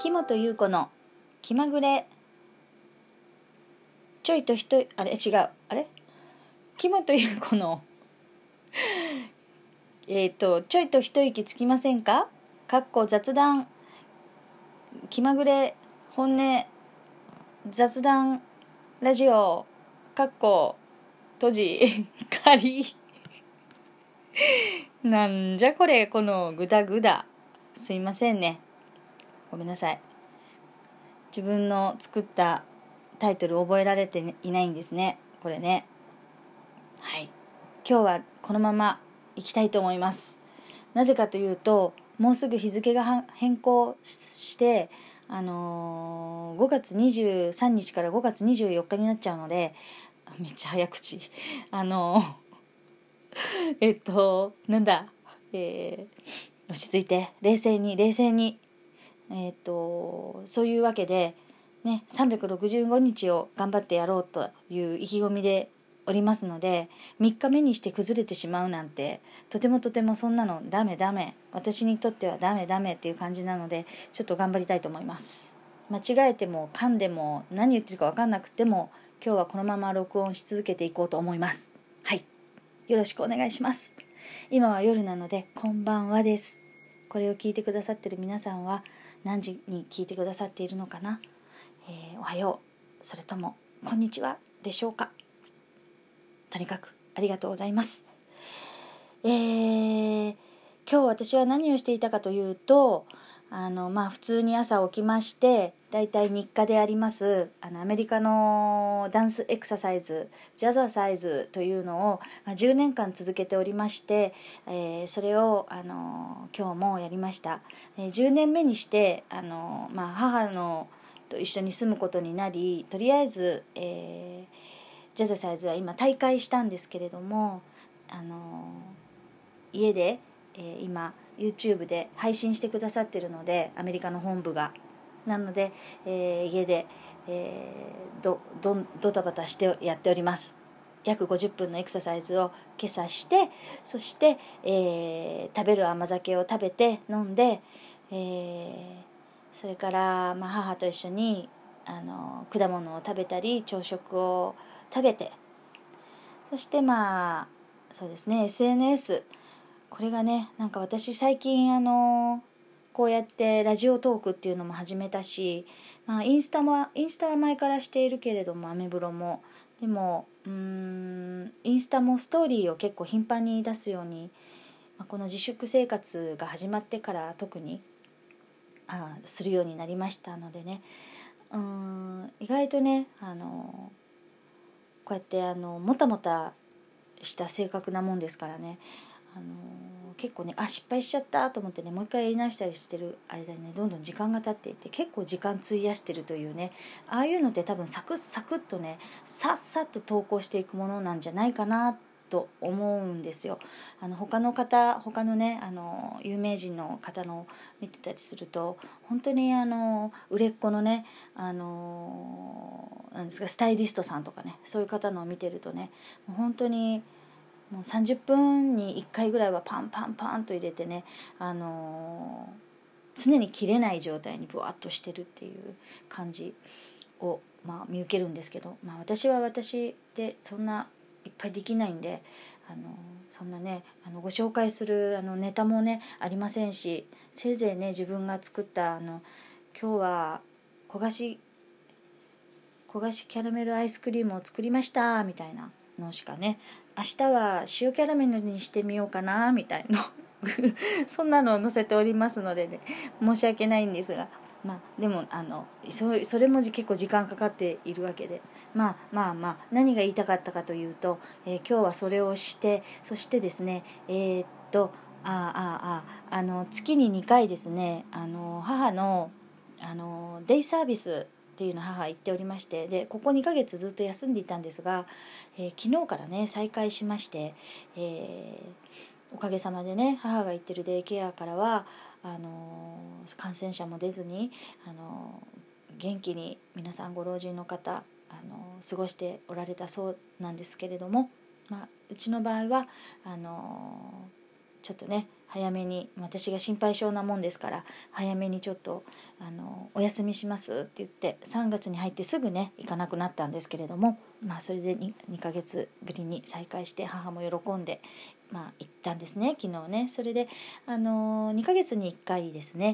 木本優子の気まぐれちょいとひと違う木本優子のちょいと一息つきませんか雑談気まぐれ本音雑談ラジオ閉じ仮なんじゃこれ、このグダグダ。すいませんね、ごめんなさい。自分の作ったタイトル覚えられていないんですね、これね。はい、今日はこのまま行きたいと思います。なぜかというと、もうすぐ日付が変更して5月23日から5月24日になっちゃうので、めっちゃ早口なんだ、落ち着いて冷静にそういうわけでね、365日を頑張ってやろうという意気込みでおりますので、3日目にして崩れてしまうなんてとてもそんなのダメ、私にとってはダメっていう感じなので、ちょっと頑張りたいと思います。間違えても噛んでも何言ってるか分かんなくても、今日はこのまま録音し続けていこうと思います。はい、よろしくお願いします。今は夜なのでこんばんはです。これを聞いてくださってる皆さんは何時に聞いてくださっているのかな。おはよう、それともこんにちはでしょうか。とにかくありがとうございます。今日私は何をしていたかというと、普通に朝起きまして、だいたい日課でありますアメリカのダンスエクササイズ、ジャザサイズというのを10年間続けておりまして、それを今日もやりました。10年目にして母のと一緒に住むことになり、とりあえず、ジャザサイズは今退会したんですけれども、家で、今 YouTube で配信してくださってるので、アメリカの本部がなので、家で、ドタバタしてやっております。約50分のエクササイズを今朝して、そして、食べる甘酒を食べて飲んで、それから、母と一緒に果物を食べたり朝食を食べて、そしてそうですね、 SNS、 これがね、なんか私最近こうやってラジオトークっていうのも始めたし、インスタは前からしているけれども、アメブロもでもインスタもストーリーを結構頻繁に出すように、この自粛生活が始まってから特にするようになりましたのでね、意外とねこうやってもたもたした性格なもんですからね、結構ね失敗しちゃったと思ってね、もう一回やり直したりしてる間にね、どんどん時間が経っていって、結構時間費やしてるというね、ああいうのって多分サクッとね、さっと投稿していくものなんじゃないかなと思うんですよ。他のね有名人の方の見てたりすると、本当に売れっ子のねなんですか、スタイリストさんとかね、そういう方のを見てるとね、もう本当にもう30分に1回ぐらいはパンと入れてね、常に切れない状態にブワッとしてるっていう感じを、見受けるんですけど、私は私でそんないっぱいできないんで、そんなねご紹介するネタもねありませんし、せいぜいね自分が作った今日は焦がしキャラメルアイスクリームを作りましたみたいなのしかね、明日は塩キャラメルにしてみようかなみたいなそんなのを載せておりますのでね、申し訳ないんですが、でもそれも結構時間かかっているわけで、何が言いたかったかというと、今日はそれをして、そしてですね月に2回ですね、母のデイサービスっていうのを母は言っておりまして、でここ2ヶ月ずっと休んでいたんですが、昨日からね再開しまして、おかげさまでね、母が行ってるデイケアからは感染者も出ずに元気に皆さんご老人の方過ごしておられたそうなんですけれども、うちの場合はちょっとね早めに、私が心配性なもんですから早めにちょっとお休みしますって言って3月に入ってすぐね行かなくなったんですけれども、それで 2ヶ月ぶりに再会して母も喜んで、行ったんですね昨日ね。それで2ヶ月に1回ですね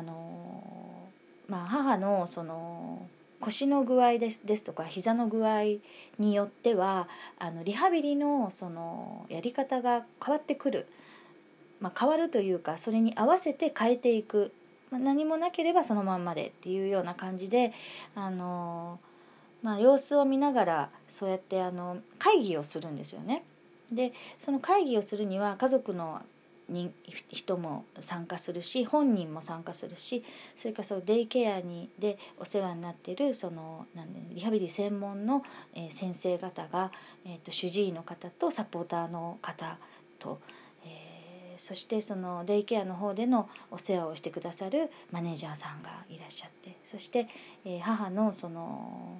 母のその腰の具合ですとか膝の具合によってはリハビリのそのやり方が変わってくる、変わるというかそれに合わせて変えていく、何もなければそのまんまでっていうような感じで様子を見ながらそうやって会議をするんですよね。でその会議をするには家族の人も参加するし本人も参加するし、それからそのデイケアでお世話になっているそのリハビリ専門の先生方が、主治医の方とサポーターの方と、そしてそのデイケアの方でのお世話をしてくださるマネージャーさんがいらっしゃって、そして、母のその、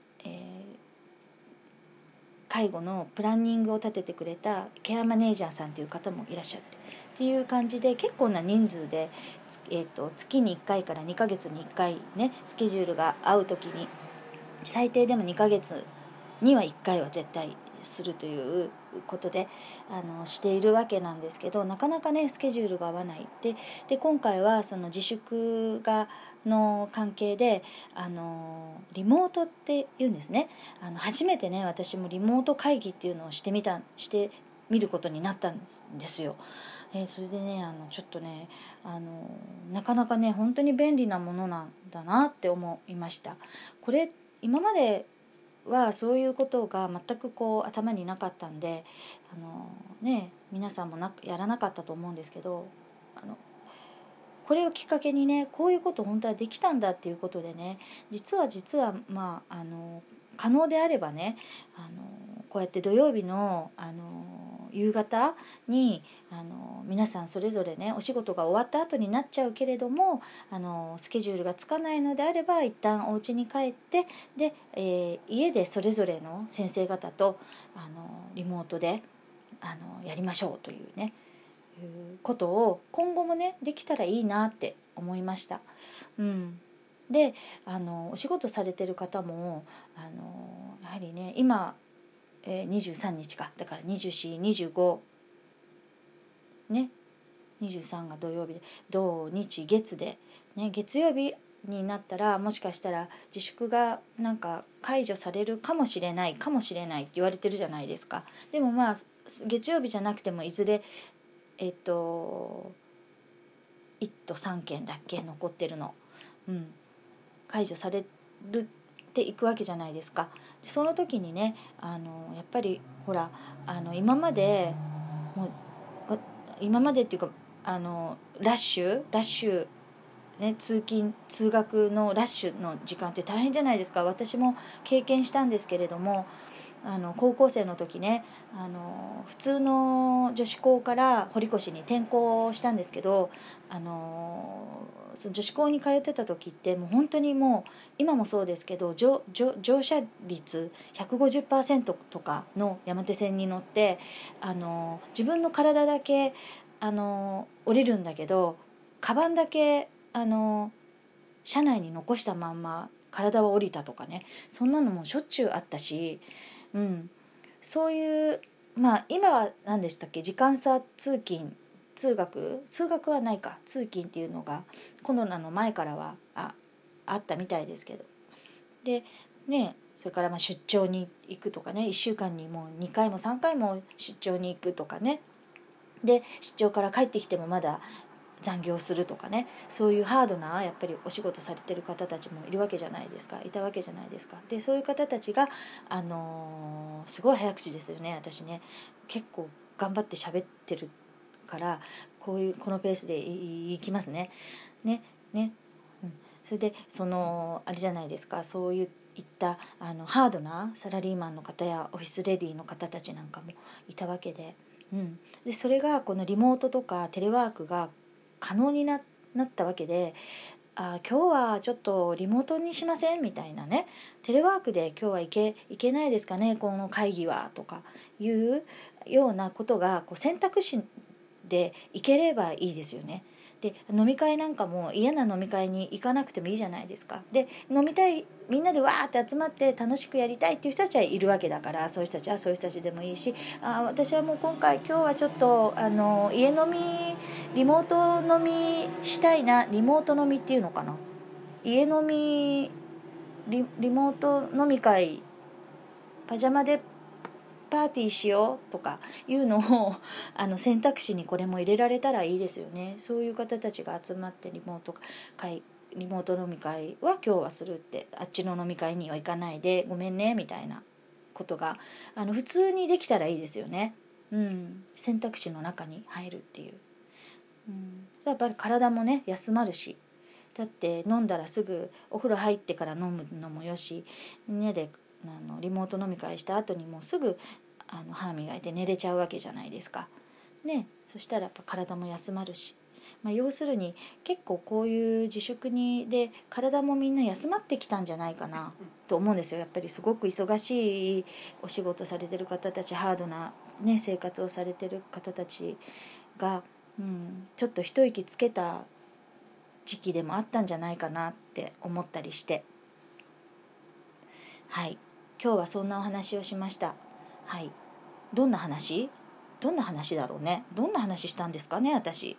介護のプランニングを立ててくれたケアマネージャーさんという方もいらっしゃっていう感じで結構な人数で、月に1回から2ヶ月に1回ねスケジュールが合う時に最低でも2ヶ月には1回は絶対するということでしているわけなんですけど、なかなかねスケジュールが合わないで今回はその自粛の関係でリモートっていうんですね。初めてね私もリモート会議っていうのをしてみることになったんですよ。それでねちょっとねなかなかね本当に便利なものなんだなって思いました。これ今まではそういうことが全く頭になかったんで皆さんもやらなかったと思うんですけど、これをきっかけにねこういうこと本当はできたんだっていうことでね実は可能であればねこうやって土曜日の夕方に皆さんそれぞれねお仕事が終わった後になっちゃうけれどもスケジュールがつかないのであれば一旦お家に帰ってで、家でそれぞれの先生方とリモートでやりましょうというねいうことを今後もねできたらいいなって思いました。でお仕事されてる方もやはりね今、23日かだから24、25ね23が土曜日で土日月で、ね、月曜日になったらもしかしたら自粛がなんか解除されるかもしれないって言われてるじゃないですか。でも月曜日じゃなくてもいずれ1都3県だっけ残ってるの、解除されていくわけじゃないですか。その時にねやっぱりほら今までっていうかラッシュね、通勤通学のラッシュの時間って大変じゃないですか。私も経験したんですけれども高校生の時ね普通の女子校から堀越に転校したんですけどその女子校に通ってた時ってもう本当にもう今もそうですけど乗車率 150% とかの山手線に乗って自分の体だけ降りるんだけどカバンだけ車内に残したまんま体は降りたとかねそんなのもしょっちゅうあったし、そういう今は何でしたっけ時間差通学はないか通勤っていうのがコロナの前からはあったみたいですけどでねそれから出張に行くとかね1週間にもう2回も3回も出張に行くとかねで出張から帰ってきてもまだ残業するとかねそういうハードなやっぱりお仕事されてる方たちもいたわけじゃないですか。でそういう方たちがすごい早口ですよね。私ね結構頑張って喋ってるからこのペースでいきますね。それであれじゃないですかそういったハードなサラリーマンの方やオフィスレディの方たちなんかもいたわけで、でそれがこのリモートとかテレワークが可能になったわけで今日はちょっとリモートにしませんみたいなねテレワークで今日はいけないですかねこの会議はとかいうようなことが選択肢で行ければいいですよね。で飲み会なんかも嫌な飲み会に行かなくてもいいじゃないですか。で飲みたい、みんなでわーって集まって楽しくやりたいっていう人たちはいるわけだから、そういう人たちはそういう人たちでもいいし、私はもう今日はちょっと家飲み、リモート飲みしたいな、リモート飲みっていうのかな、家飲みリモート飲み会、パジャマでパーティーしようとかいうのを選択肢にこれも入れられたらいいですよね。そういう方たちが集まってリモート飲み会は今日はするって、あっちの飲み会には行かないでごめんねみたいなことが普通にできたらいいですよね。選択肢の中に入るっていう、やっぱり体もね休まるし、だって飲んだらすぐお風呂入ってから飲むのもよし、家でリモート飲み会した後にもうすぐ歯磨いて寝れちゃうわけじゃないですかね。そしたらやっぱ体も休まるし、要するに結構こういう自粛で体もみんな休まってきたんじゃないかなと思うんですよ。やっぱりすごく忙しいお仕事されてる方たち、ハードな、生活をされてる方たちが、ちょっと一息つけた時期でもあったんじゃないかなって思ったりして、はい、今日はそんなお話をしました。はい、どんな話だろうね。どんな話したんですかね、私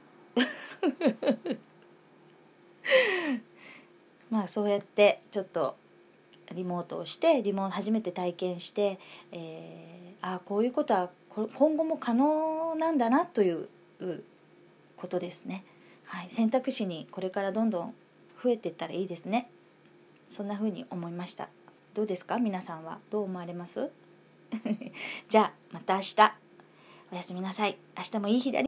そうやってちょっとリモートをして、初めて体験して、こういうことは今後も可能なんだなということですね。はい、選択肢にこれからどんどん増えていったらいいですね。そんな風に思いました。どうですか、皆さんはどう思われますじゃあまた明日、おやすみなさい。明日もいい日で